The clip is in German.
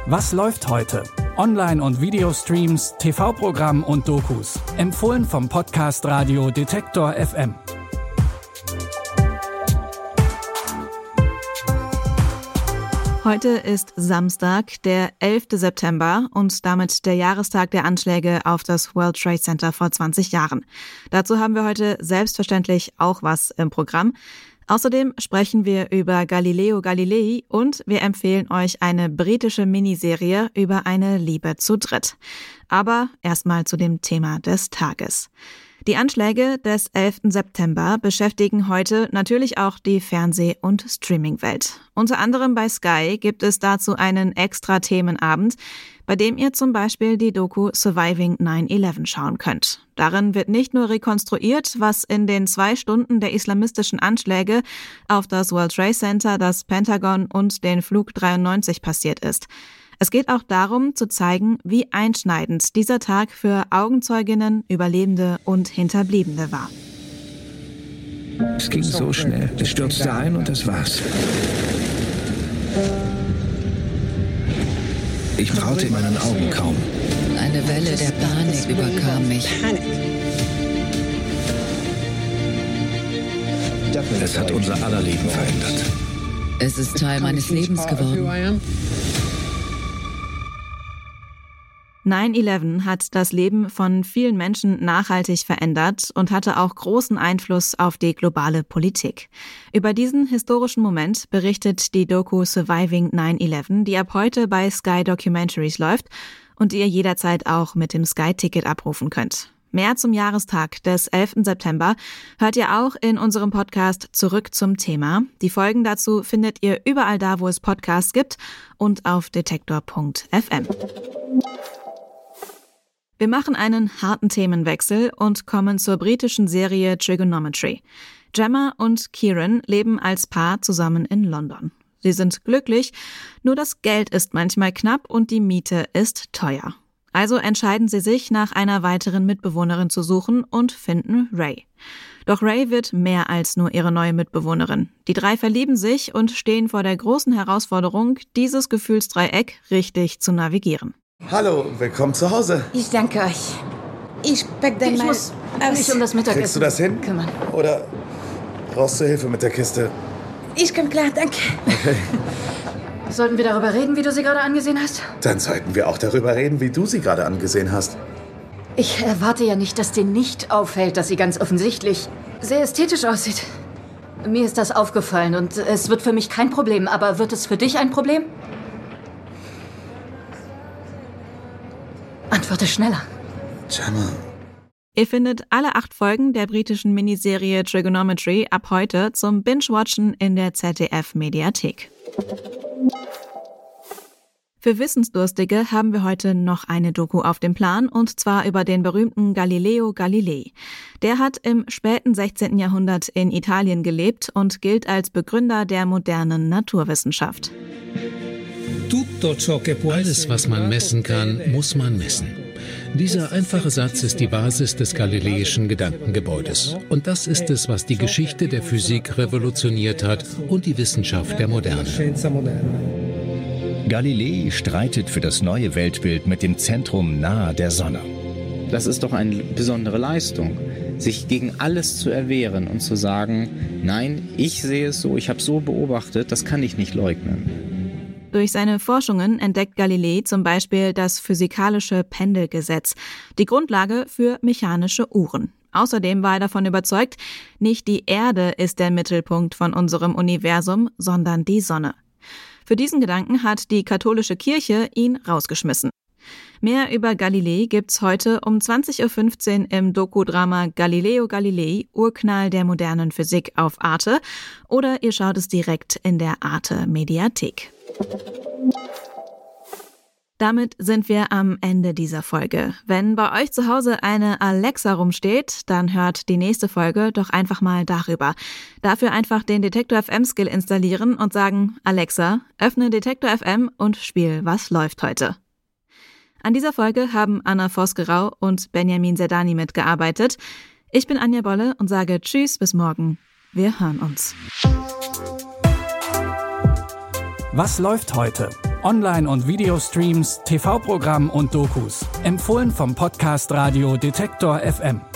Was läuft heute? Online- und Videostreams, TV-Programm und Dokus. Empfohlen vom Podcast Radio Detektor FM. Heute ist Samstag, der 11. September und damit der Jahrestag der Anschläge auf das World Trade Center vor 20 Jahren. Dazu haben wir heute selbstverständlich auch was im Programm. Außerdem sprechen wir über Galileo Galilei und wir empfehlen euch eine britische Miniserie über eine Liebe zu dritt. Aber erstmal zu dem Thema des Tages. Die Anschläge des 11. September beschäftigen heute natürlich auch die Fernseh- und Streaming-Welt. Unter anderem bei Sky gibt es dazu einen extra Themenabend, bei dem ihr zum Beispiel die Doku Surviving 9/11 schauen könnt. Darin wird nicht nur rekonstruiert, was in den 2 Stunden der islamistischen Anschläge auf das World Trade Center, das Pentagon und den Flug 93 passiert ist. Es geht auch darum, zu zeigen, wie einschneidend dieser Tag für Augenzeuginnen, Überlebende und Hinterbliebene war. Es ging so schnell. Es stürzte ein und das war's. Ich traute meinen Augen kaum. Eine Welle der Panik überkam mich. Es hat unser aller Leben verändert. Es ist Teil meines Lebens geworden. 9/11 hat das Leben von vielen Menschen nachhaltig verändert und hatte auch großen Einfluss auf die globale Politik. Über diesen historischen Moment berichtet die Doku Surviving 9/11, die ab heute bei Sky Documentaries läuft und die ihr jederzeit auch mit dem Sky-Ticket abrufen könnt. Mehr zum Jahrestag des 11. September hört ihr auch in unserem Podcast Zurück zum Thema. Die Folgen dazu findet ihr überall da, wo es Podcasts gibt und auf detektor.fm. Wir machen einen harten Themenwechsel und kommen zur britischen Serie Trigonometry. Gemma und Kieran leben als Paar zusammen in London. Sie sind glücklich, nur das Geld ist manchmal knapp und die Miete ist teuer. Also entscheiden sie sich, nach einer weiteren Mitbewohnerin zu suchen und finden Ray. Doch Ray wird mehr als nur ihre neue Mitbewohnerin. Die 3 verlieben sich und stehen vor der großen Herausforderung, dieses Gefühlsdreieck richtig zu navigieren. Hallo, willkommen zu Hause. Ich danke euch. Ich pack dann Ich mal muss mich um das Mittagessen Kriegst du das hin? kümmern. Oder brauchst du Hilfe mit der Kiste? Ich komm klar, danke. Okay. Sollten wir darüber reden, wie du sie gerade angesehen hast? Dann sollten wir auch darüber reden, wie du sie gerade angesehen hast. Ich erwarte ja nicht, dass dir nicht auffällt, dass sie ganz offensichtlich sehr ästhetisch aussieht. Mir ist das aufgefallen und es wird für mich kein Problem. Aber wird es für dich ein Problem? Antworte schneller. Gemma. Ihr findet alle 8 Folgen der britischen Miniserie Trigonometry ab heute zum Binge-Watchen in der ZDF-Mediathek. Für Wissensdurstige haben wir heute noch eine Doku auf dem Plan, und zwar über den berühmten Galileo Galilei. Der hat im späten 16. Jahrhundert in Italien gelebt und gilt als Begründer der modernen Naturwissenschaft. Alles, was man messen kann, muss man messen. Dieser einfache Satz ist die Basis des galileischen Gedankengebäudes. Und das ist es, was die Geschichte der Physik revolutioniert hat und die Wissenschaft der Moderne. Galilei streitet für das neue Weltbild mit dem Zentrum nahe der Sonne. Das ist doch eine besondere Leistung, sich gegen alles zu erwehren und zu sagen, nein, ich sehe es so, ich habe es so beobachtet, das kann ich nicht leugnen. Durch seine Forschungen entdeckt Galilei zum Beispiel das physikalische Pendelgesetz, die Grundlage für mechanische Uhren. Außerdem war er davon überzeugt, nicht die Erde ist der Mittelpunkt von unserem Universum, sondern die Sonne. Für diesen Gedanken hat die katholische Kirche ihn rausgeschmissen. Mehr über Galilei gibt's heute um 20.15 Uhr im Doku-Drama Galileo Galilei, Urknall der modernen Physik auf Arte, oder ihr schaut es direkt in der Arte-Mediathek. Damit sind wir am Ende dieser Folge. Wenn bei euch zu Hause eine Alexa rumsteht, dann hört die nächste Folge doch einfach mal darüber. Dafür einfach den Detektor FM Skill installieren und sagen: Alexa, öffne Detektor FM und spiel Was läuft heute. An dieser Folge haben Anna Vosgerau und Benjamin Zerdani mitgearbeitet. Ich bin Anja Bolle und sage Tschüss, bis morgen. Wir hören uns. Was läuft heute? Online- und Videostreams, TV-Programm und Dokus. Empfohlen vom Podcast Radio Detektor FM.